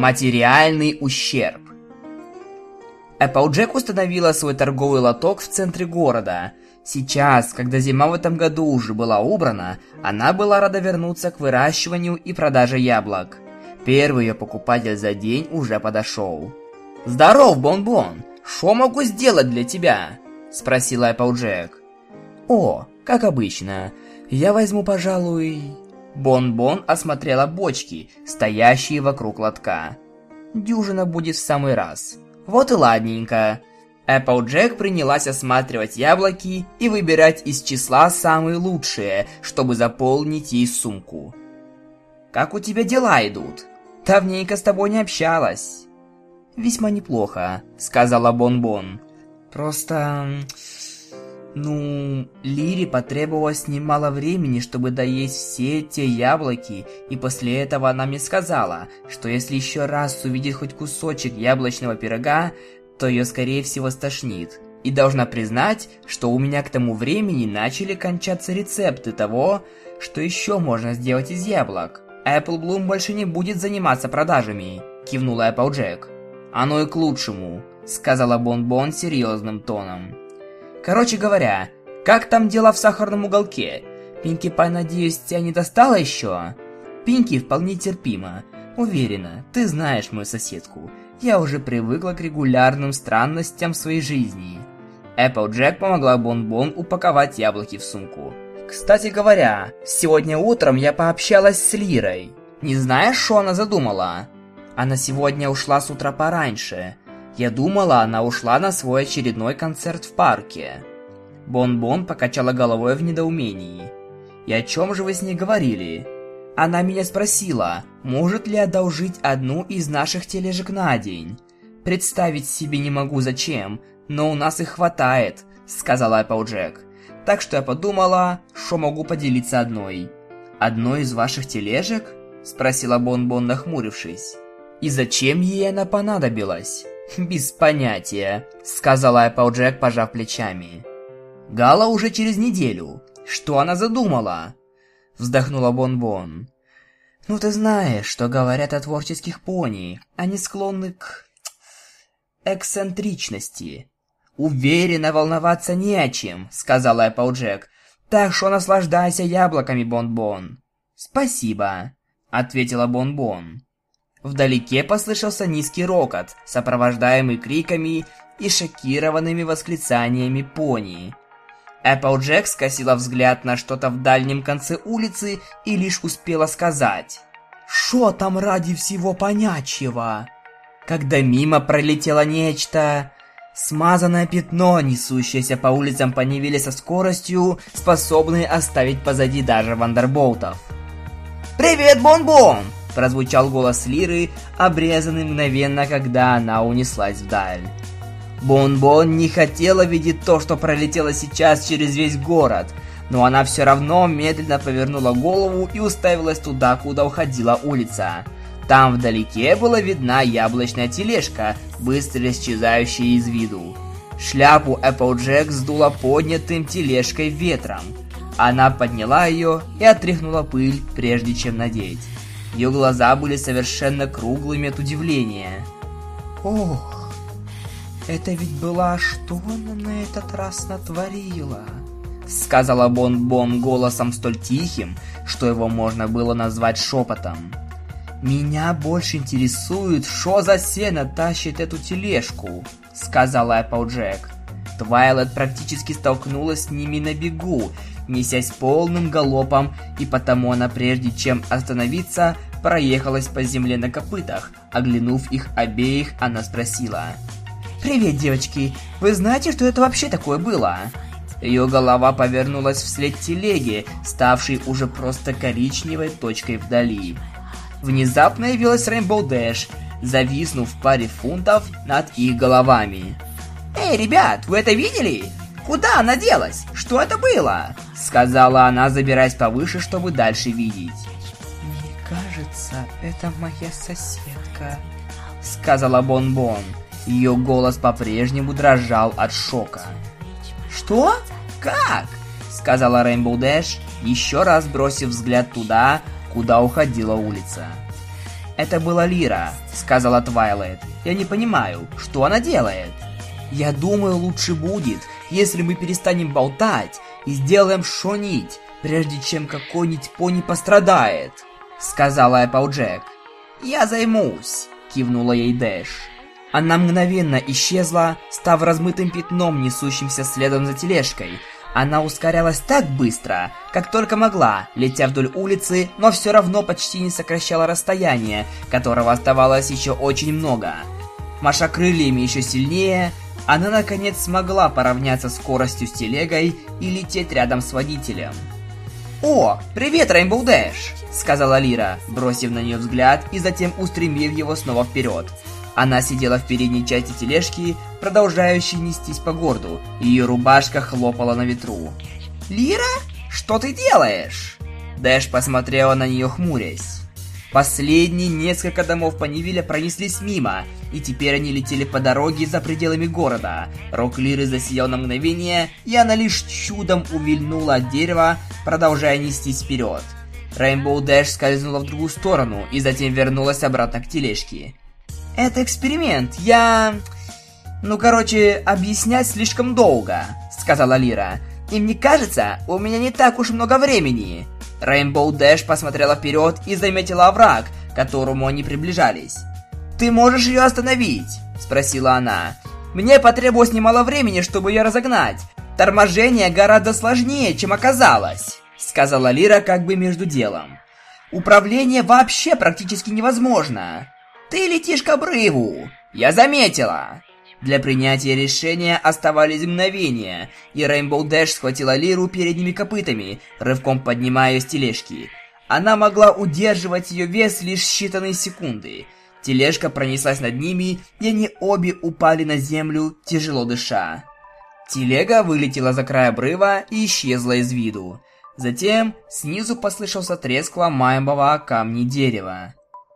Материальный ущерб. Эпплджек установила свой торговый лоток в центре города. Сейчас, когда зима в этом году уже была убрана, она была рада вернуться к выращиванию и продаже яблок. Первый ее покупатель за день уже подошел. «Здоров, Бон-Бон! Что могу сделать для тебя?» – спросила Эпплджек. «О, как обычно. Я возьму, пожалуй...» Бон-Бон осмотрела бочки, стоящие вокруг лотка. «Дюжина будет в самый раз. Вот и ладненько». Эпплджек принялась осматривать яблоки и выбирать из числа самые лучшие, чтобы заполнить ей сумку. «Как у тебя дела идут? Давненько с тобой не общалась». «Весьма неплохо», — сказала Бон-Бон. «Просто... Лире потребовалось немало времени, чтобы доесть все те яблоки, и после этого она мне сказала, что если еще раз увидит хоть кусочек яблочного пирога, то ее, скорее всего, стошнит. И должна признать, что у меня к тому времени начали кончаться рецепты того, что еще можно сделать из яблок. Apple Bloom больше не будет заниматься продажами», — кивнула Эпплджек. «Оно и к лучшему», — сказала Бон-Бон серьезным тоном. «Короче говоря, как там дела в сахарном уголке? Пинки Пай, надеюсь, тебя не достала еще?» «Пинки вполне терпимо. Уверена, ты знаешь мою соседку. Я уже привыкла к регулярным странностям в своей жизни». Эпплджек помогла Бон-Бон упаковать яблоки в сумку. «Кстати говоря, сегодня утром я пообщалась с Лирой. Не знаешь, что она задумала?» «Она сегодня ушла с утра пораньше. Я думала, она ушла на свой очередной концерт в парке». Бон-Бон покачала головой в недоумении. «И о чем же вы с ней говорили?» «Она меня спросила, может ли одолжить одну из наших тележек на день. Представить себе не могу зачем, но у нас их хватает», — сказала Эпплджек. «Так что я подумала, что могу поделиться одной». «Одной из ваших тележек?» — спросила Бон-Бон, нахмурившись. «И зачем ей она понадобилась?» «Без понятия», — сказала Эпплджек, пожав плечами. «Гала уже через неделю. Что она задумала?» Вздохнула Бон-Бон. «Ну ты знаешь, что говорят о творческих пони. Они склонны к... эксцентричности». «Уверена, волноваться не о чем», — сказала Эпплджек. «Так что наслаждайся яблоками, Бон-Бон». «Спасибо», — ответила Бон-Бон. Вдалеке послышался низкий рокот, сопровождаемый криками и шокированными восклицаниями пони. Эпплджек скосила взгляд на что-то в дальнем конце улицы и лишь успела сказать: «Шо там ради всего понячьего?» Когда мимо пролетело нечто... Смазанное пятно, несущееся по улицам Понивилля со скоростью, способной оставить позади даже вандерболтов. «Привет, Бон-Бон!» – прозвучал голос Лиры, обрезанный мгновенно, когда она унеслась вдаль. Бон-Бон не хотела видеть то, что пролетело сейчас через весь город, но она все равно медленно повернула голову и уставилась туда, куда уходила улица. Там вдалеке была видна яблочная тележка, быстро исчезающая из виду. Шляпу Эпплджек сдула поднятым тележкой ветром. Она подняла ее и отряхнула пыль, прежде чем надеть. Ее глаза были совершенно круглыми от удивления. «Ох, это ведь была что она на этот раз натворила?» Сказала Бон-Бон голосом столь тихим, что его можно было назвать шепотом. «Меня больше интересует, что за сено тащит эту тележку», — сказала Эпплджек. Твайлайт практически столкнулась с ними на бегу, несясь полным галопом, и потому она, прежде чем остановиться, проехалась по земле на копытах. Оглянув их обеих, она спросила: «Привет, девочки, вы знаете, что это вообще такое было?» Ее голова повернулась вслед телеге, ставшей уже просто коричневой точкой вдали. Внезапно явилась Рейнбоу Дэш, зависнув в паре фунтов над их головами. «Эй, ребят, вы это видели? Куда она делась? Что это было?» — сказала она, забираясь повыше, чтобы дальше видеть. «Мне кажется, это моя соседка», — сказала Бон-Бон. Ее голос по-прежнему дрожал от шока. «Что? Как?» — сказала Рейнбоу Дэш, еще раз бросив взгляд туда, куда уходила улица. «Это была Лира», — сказала Твайлайт. «Я не понимаю, что она делает?» «Я думаю, лучше будет, если мы перестанем болтать и сделаем шо-нибудь, прежде чем какой-нибудь пони пострадает», — сказала Эпплджек. «Я займусь», — кивнула ей Дэш. Она мгновенно исчезла, став размытым пятном, несущимся следом за тележкой. Она ускорялась так быстро, как только могла, летя вдоль улицы, но все равно почти не сокращала расстояние, которого оставалось еще очень много. Маша крыльями еще сильнее, она наконец смогла поравняться скоростью с телегой и лететь рядом с водителем. «О, привет, Рейнбоу Дэш!» — сказала Лира, бросив на нее взгляд и затем устремив его снова вперед. Она сидела в передней части тележки, продолжающей нестись по городу, и ее рубашка хлопала на ветру. «Лира, что ты делаешь?» Дэш посмотрела на нее, хмурясь. Последние несколько домов Понивиля пронеслись мимо, и теперь они летели по дороге за пределами города. Рог Лиры засиял на мгновение, и она лишь чудом увильнула от дерева, продолжая нестись вперед. Рейнбоу Дэш скользнула в другую сторону и затем вернулась обратно к тележке. «Это эксперимент, объяснять слишком долго», — сказала Лира. «И мне кажется, у меня не так уж много времени». Рейнбоу Дэш посмотрела вперед и заметила овраг, к которому они приближались. «Ты можешь ее остановить?» — спросила она. «Мне потребовалось немало времени, чтобы ее разогнать. Торможение гораздо сложнее, чем оказалось», — сказала Лира как бы между делом. «Управление вообще практически невозможно. Ты летишь к обрыву, я заметила». Для принятия решения оставались мгновения, и Рейнбоу Дэш схватила Лиру передними копытами, рывком поднимая ее с тележки. Она могла удерживать ее вес лишь считанные секунды. Тележка пронеслась над ними, и они обе упали на землю, тяжело дыша. Телега вылетела за край обрыва и исчезла из виду. Затем снизу послышался треск ломаемого о камни дерева.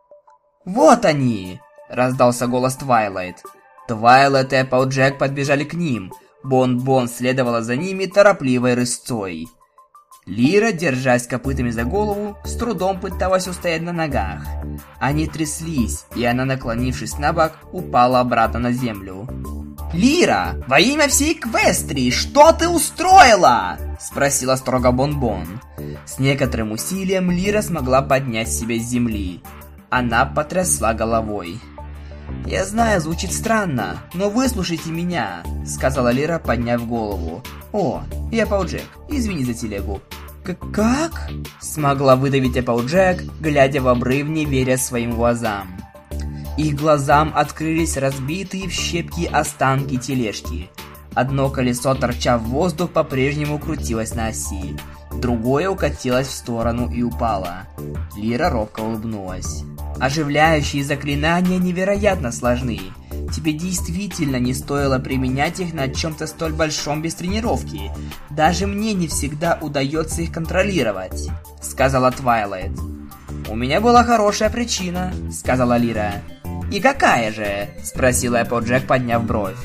«Вот они!» — раздался голос Твайлайт. Твайлайт и Эпплджек подбежали к ним. Бон-Бон следовала за ними торопливой рысцой. Лира, держась копытами за голову, с трудом пыталась устоять на ногах. Они тряслись, и она, наклонившись на бок, упала обратно на землю. «Лира, во имя всей Эквестрии, что ты устроила?» — спросила строго Бон-Бон. С некоторым усилием Лира смогла поднять себя с земли. Она потрясла головой. «Я знаю, звучит странно, но выслушайте меня», — сказала Лира, подняв голову. «О, и Эпплджек, извини за телегу». «Как?» — смогла выдавить Эпплджек, глядя в обрыв, не веря своим глазам. Их глазам открылись разбитые в щепки останки тележки. Одно колесо, торча в воздух, по-прежнему крутилось на оси. Другое укатилось в сторону и упало. Лира робко улыбнулась. «Оживляющие заклинания невероятно сложны. Тебе действительно не стоило применять их на чем-то столь большом без тренировки. Даже мне не всегда удается их контролировать», — сказала Твайлайт. «У меня была хорошая причина», — сказала Лира. «И какая же?» — спросила Эпплджек, подняв бровь.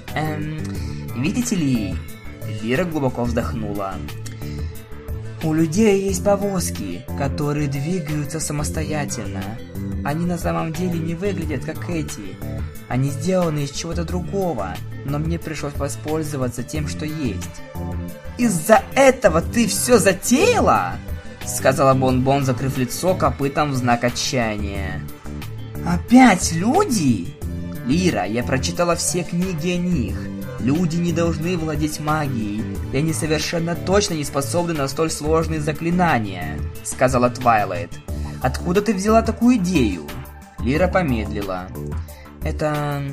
Видите ли...» Лира глубоко вздохнула. «У людей есть повозки, которые двигаются самостоятельно. Они на самом деле не выглядят как эти. Они сделаны из чего-то другого, но мне пришлось воспользоваться тем, что есть». «Из-за этого ты все затеяла?» — сказала Бон-Бон, закрыв лицо копытом в знак отчаяния. «Опять люди?» «Лира, я прочитала все книги о них. Люди не должны владеть магией, и они совершенно точно не способны на столь сложные заклинания», — сказала Твайлайт. «Откуда ты взяла такую идею?» Лира помедлила. «Это...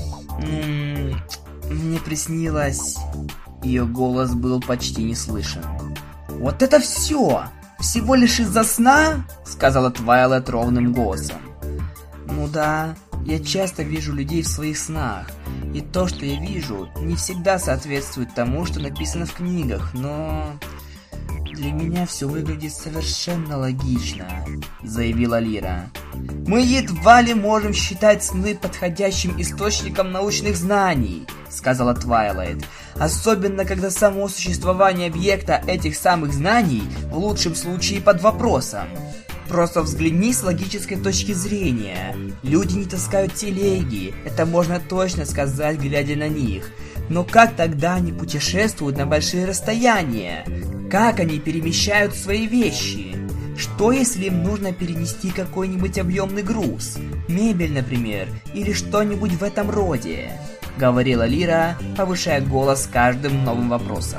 мне приснилось...» Ее голос был почти не слышен. «Вот это все! Всего лишь из-за сна?» — сказала Твайлайт ровным голосом. «Ну да, я часто вижу людей в своих снах, и то, что я вижу, не всегда соответствует тому, что написано в книгах, но... для меня все выглядит совершенно логично», — заявила Лира. «Мы едва ли можем считать сны подходящим источником научных знаний», — сказала Твайлайт. «Особенно, когда само существование объекта этих самых знаний в лучшем случае под вопросом». Просто взгляни с логической точки зрения. Люди не таскают телеги, это можно точно сказать, глядя на них. Но как тогда они путешествуют на большие расстояния? Как они перемещают свои вещи? Что если им нужно перенести какой-нибудь объемный груз? Мебель, например, или что-нибудь в этом роде? Говорила Лира, повышая голос с каждым новым вопросом.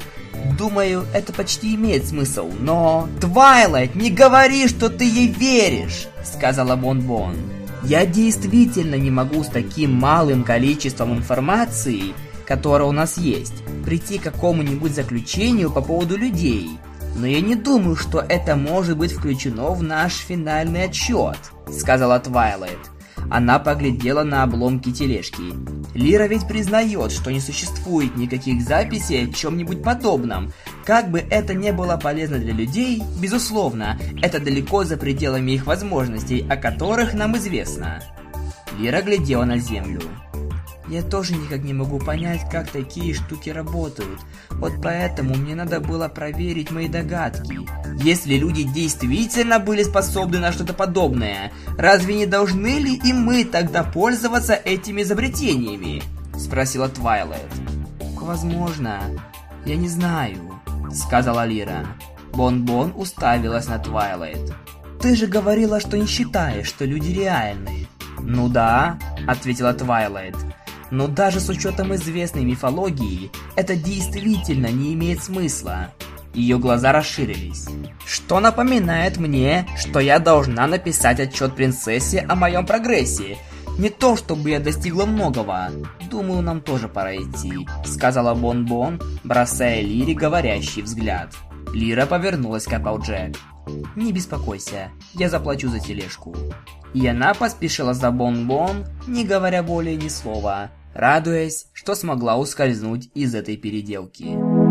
Думаю, это почти имеет смысл, но... Твайлайт, не говори, что ты ей веришь! Сказала Бон-Бон. Я действительно не могу с таким малым количеством информации, которая у нас есть, прийти к какому-нибудь заключению по поводу людей. Но я не думаю, что это может быть включено в наш финальный отчет, сказала Твайлайт. Она поглядела на обломки тележки. Лира ведь признает, что не существует никаких записей о чем-нибудь подобном. Как бы это ни было полезно для людей, безусловно, это далеко за пределами их возможностей, о которых нам известно. Лира глядела на землю. Я тоже никак не могу понять, как такие штуки работают. Вот поэтому мне надо было проверить мои догадки. Если люди действительно были способны на что-то подобное, разве не должны ли и мы тогда пользоваться этими изобретениями? Спросила Твайлайт. Возможно. Я не знаю, сказала Лира. Бон-Бон уставилась на Твайлайт. Ты же говорила, что не считаешь, что люди реальны. Ну да, ответила Твайлайт. Но даже с учетом известной мифологии, это действительно не имеет смысла. Ее глаза расширились. Что напоминает мне, что я должна написать отчет принцессе о моем прогрессе. Не то, чтобы я достигла многого. Думаю, нам тоже пора идти, сказала Бон-Бон, бросая Лире говорящий взгляд. Лира повернулась к Эпплджек. Не беспокойся, я заплачу за тележку. И она поспешила за Бон-Бон, не говоря более ни слова, радуясь, что смогла ускользнуть из этой переделки.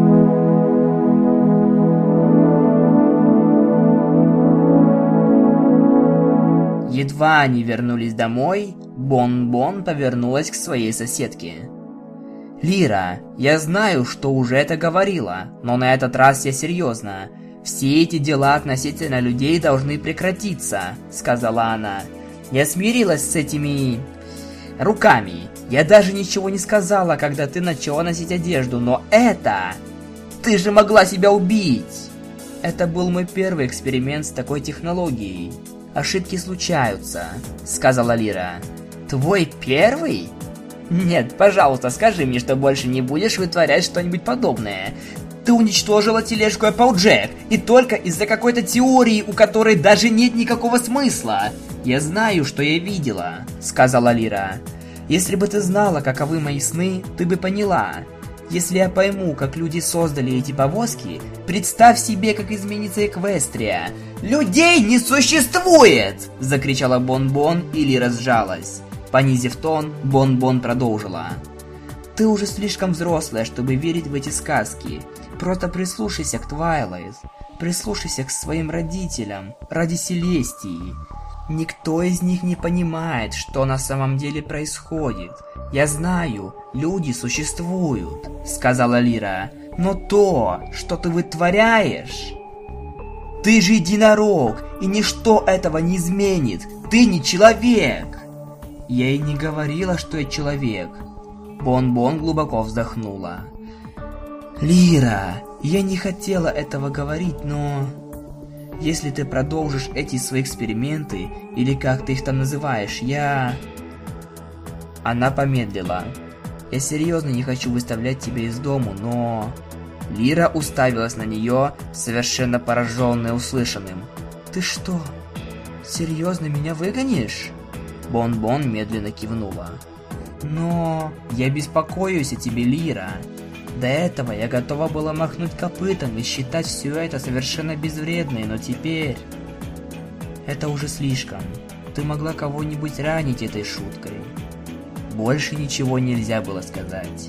Едва они вернулись домой, Бон-Бон повернулась к своей соседке. «Лира, я знаю, что уже это говорила, но на этот раз я серьезно. Все эти дела относительно людей должны прекратиться», — сказала она. «Я смирилась с этими... руками. Я даже ничего не сказала, когда ты начала носить одежду, но это... Ты же могла себя убить!» «Это был мой первый эксперимент с такой технологией. Ошибки случаются», — сказала Лира. «Твой первый? Нет, пожалуйста, скажи мне, что больше не будешь вытворять что-нибудь подобное. Ты уничтожила тележку Эпплджек, и только из-за какой-то теории, у которой даже нет никакого смысла. Я знаю, что я видела», — сказала Лира. «Если бы ты знала, каковы мои сны, ты бы поняла. Если я пойму, как люди создали эти повозки, представь себе, как изменится Эквестрия». «Людей не существует!» — закричала Бон-Бон, и Лира сжалась. Понизив тон, Бон-Бон продолжила. «Ты уже слишком взрослая, чтобы верить в эти сказки. Просто прислушайся к Твайлайт. Прислушайся к своим родителям ради Селестии. Никто из них не понимает, что на самом деле происходит. Я знаю, люди существуют», — сказала Лира. «Но то, что ты вытворяешь... Ты же единорог, и ничто этого не изменит. Ты не человек!» «Я и не говорила, что я человек». Бон-Бон глубоко вздохнула. «Лира, я не хотела этого говорить, но... Если ты продолжишь эти свои эксперименты, или как ты их там называешь, я...» Она помедлила. «Я серьезно не хочу выставлять тебя из дому, но...» Лира уставилась на нее, совершенно пораженная услышанным. «Ты что, серьезно меня выгонишь?» Бон-Бон медленно кивнула. «Но я беспокоюсь о тебе, Лира. До этого я готова была махнуть копытом и считать все это совершенно безвредной, но теперь... Это уже слишком. Ты могла кого-нибудь ранить этой шуткой. Больше ничего нельзя было сказать».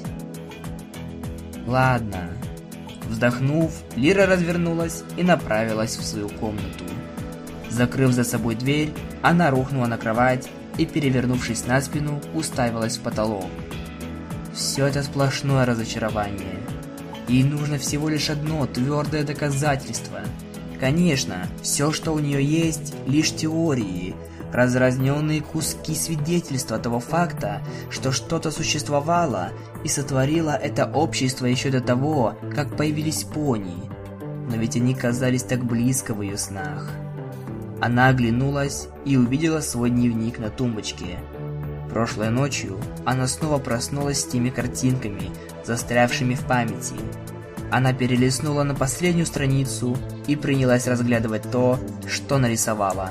«Ладно». Вздохнув, Лира развернулась и направилась в свою комнату. Закрыв за собой дверь, она рухнула на кровать и, перевернувшись на спину, уставилась в потолок. Все это сплошное разочарование. Ей нужно всего лишь одно твердое доказательство. Конечно, все, что у нее есть, лишь теории, разразненные куски свидетельства того факта, что что-то существовало и сотворило это общество еще до того, как появились пони. Но ведь они казались так близко в ее снах. Она оглянулась и увидела свой дневник на тумбочке. Прошлой ночью она снова проснулась с теми картинками, застрявшими в памяти. Она перелистнула на последнюю страницу и принялась разглядывать то, что нарисовала.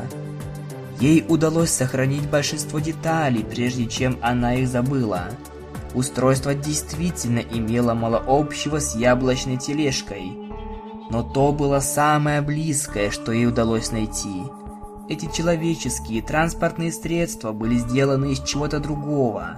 Ей удалось сохранить большинство деталей, прежде чем она их забыла. Устройство действительно имело мало общего с яблочной тележкой. Но то было самое близкое, что ей удалось найти. Эти человеческие транспортные средства были сделаны из чего-то другого.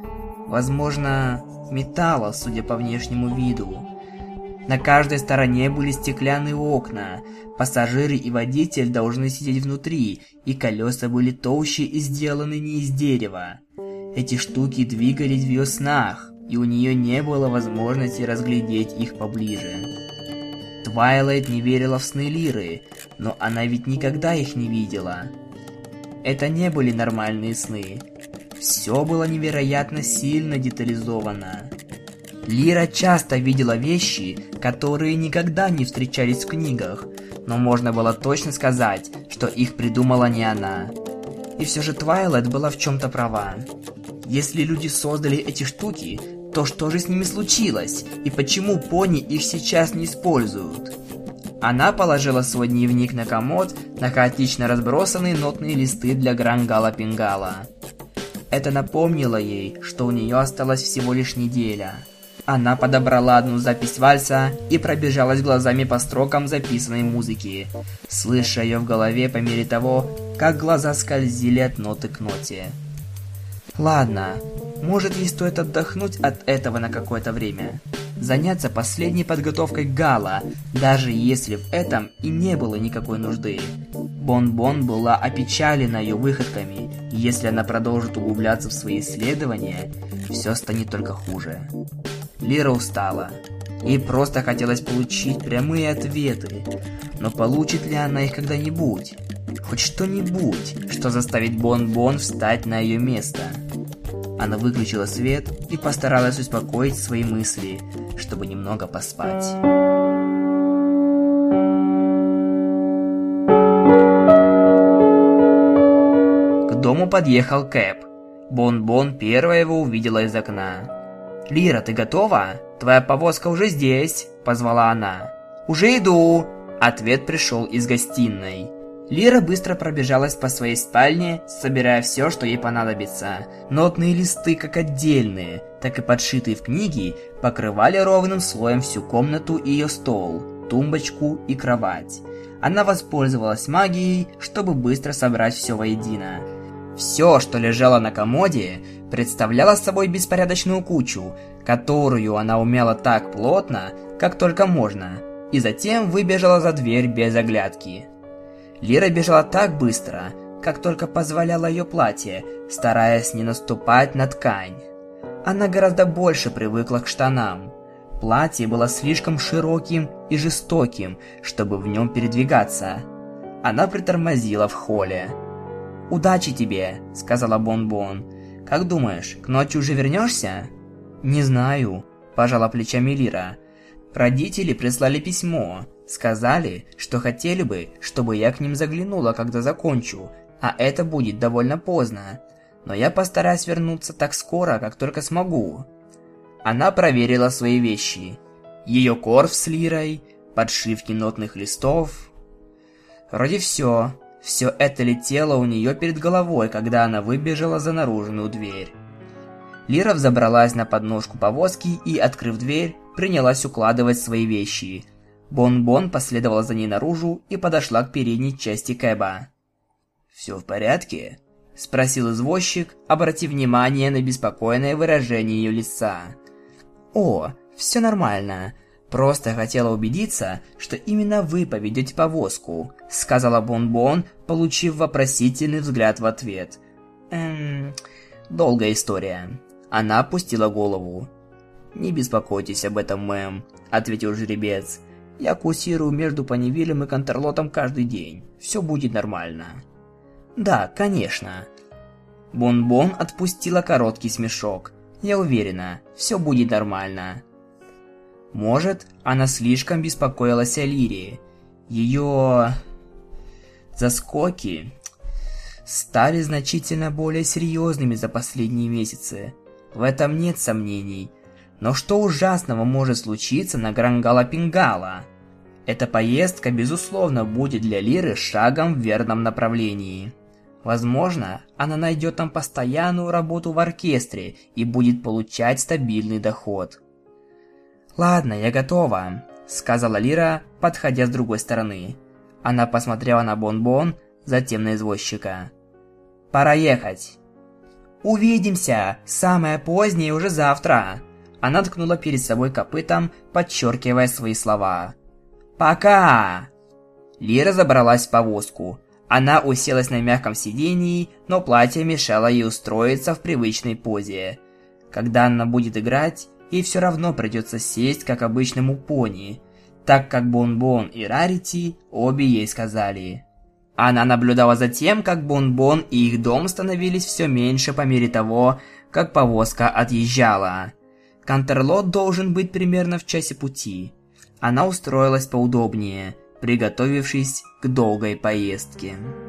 Возможно, металла, судя по внешнему виду. На каждой стороне были стеклянные окна. Пассажиры и водитель должны сидеть внутри, и колеса были толще и сделаны не из дерева. Эти штуки двигались в ее снах, и у нее не было возможности разглядеть их поближе. Твайлайт не верила в сны Лиры, но она ведь никогда их не видела. Это не были нормальные сны. Все было невероятно сильно детализовано. Лира часто видела вещи, которые никогда не встречались в книгах, но можно было точно сказать, что их придумала не она. И все же Твайлайт была в чем-то права. Если люди создали эти штуки, то что же с ними случилось? И почему пони их сейчас не используют? Она положила свой дневник на комод на хаотично разбросанные нотные листы для Грангала-Пингала. Это напомнило ей, что у нее осталась всего лишь неделя. Она подобрала одну запись вальса и пробежалась глазами по строкам записанной музыки, слыша ее в голове по мере того, как глаза скользили от ноты к ноте. Ладно, может, ей стоит отдохнуть от этого на какое-то время. Заняться последней подготовкой к гала, даже если в этом и не было никакой нужды. Бон-Бон была опечалена ее выходками, и если она продолжит углубляться в свои исследования, все станет только хуже. Лира устала. Ей просто хотелось получить прямые ответы. Но получит ли она их когда-нибудь? Хоть что-нибудь, что заставит Бон-Бон встать на ее место. Она выключила свет и постаралась успокоить свои мысли, чтобы немного поспать. К дому подъехал Кэп. Бон-Бон первая его увидела из окна. «Лира, ты готова? Твоя повозка уже здесь», — позвала она. «Уже иду!» Ответ пришел из гостиной. Лира быстро пробежалась по своей спальне, собирая все, что ей понадобится. Нотные листы, как отдельные, так и подшитые в книги, покрывали ровным слоем всю комнату и ее стол, тумбочку и кровать. Она воспользовалась магией, чтобы быстро собрать все воедино. Все, что лежало на комоде, представляло собой беспорядочную кучу, которую она умела так плотно, как только можно, и затем выбежала за дверь без оглядки. Лира бежала так быстро, как только позволяло ее платье, стараясь не наступать на ткань. Она гораздо больше привыкла к штанам. Платье было слишком широким и жестоким, чтобы в нем передвигаться. Она притормозила в холле. «Удачи тебе», — сказала Бон-Бон. «Как думаешь, к ночи уже вернешься?» «Не знаю», — пожала плечами Лира. «Родители прислали письмо. Сказали, что хотели бы, чтобы я к ним заглянула, когда закончу, а это будет довольно поздно. Но я постараюсь вернуться так скоро, как только смогу». Она проверила свои вещи. Ее корф с Лирой, подшивки нотных листов. Вроде все. Все это летело у нее перед головой, когда она выбежала за наружную дверь. Лира взобралась на подножку повозки и, открыв дверь, принялась укладывать свои вещи. Бон-Бон последовала за ней наружу и подошла к передней части кэба. «Все в порядке?» – спросил извозчик, обратив внимание на беспокойное выражение ее лица. «О, все нормально. Просто хотела убедиться, что именно вы поведете повозку», – сказала Бон-Бон, получив вопросительный взгляд в ответ. Долгая история». Она опустила голову. «Не беспокойтесь об этом, мэм», – ответил жеребец. Я курсирую между Понивилем и Кантерлотом каждый день. Все будет нормально. Да, конечно. Бон-Бон отпустила короткий смешок. Я уверена, все будет нормально. Может, она слишком беспокоилась о Лире. Ее заскоки стали значительно более серьезными за последние месяцы. В этом нет сомнений. Но что ужасного может случиться на Грангала-Пингала? Эта поездка, безусловно, будет для Лиры шагом в верном направлении. Возможно, она найдет там постоянную работу в оркестре и будет получать стабильный доход. «Ладно, я готова», — сказала Лира, подходя с другой стороны. Она посмотрела на Бон-Бон, затем на извозчика. «Пора ехать». «Увидимся! Самое позднее уже завтра!» Она ткнула перед собой копытом, подчеркивая свои слова. «Пока!» Лира забралась в повозку. Она уселась на мягком сидении, но платье мешало ей устроиться в привычной позе. Когда она будет играть, ей все равно придется сесть, как обычному пони, так как Бон-Бон и Рарити обе ей сказали. Она наблюдала за тем, как Бон-Бон и их дом становились все меньше по мере того, как повозка отъезжала. Кантерлот должен быть примерно в часе пути. Она устроилась поудобнее, приготовившись к долгой поездке.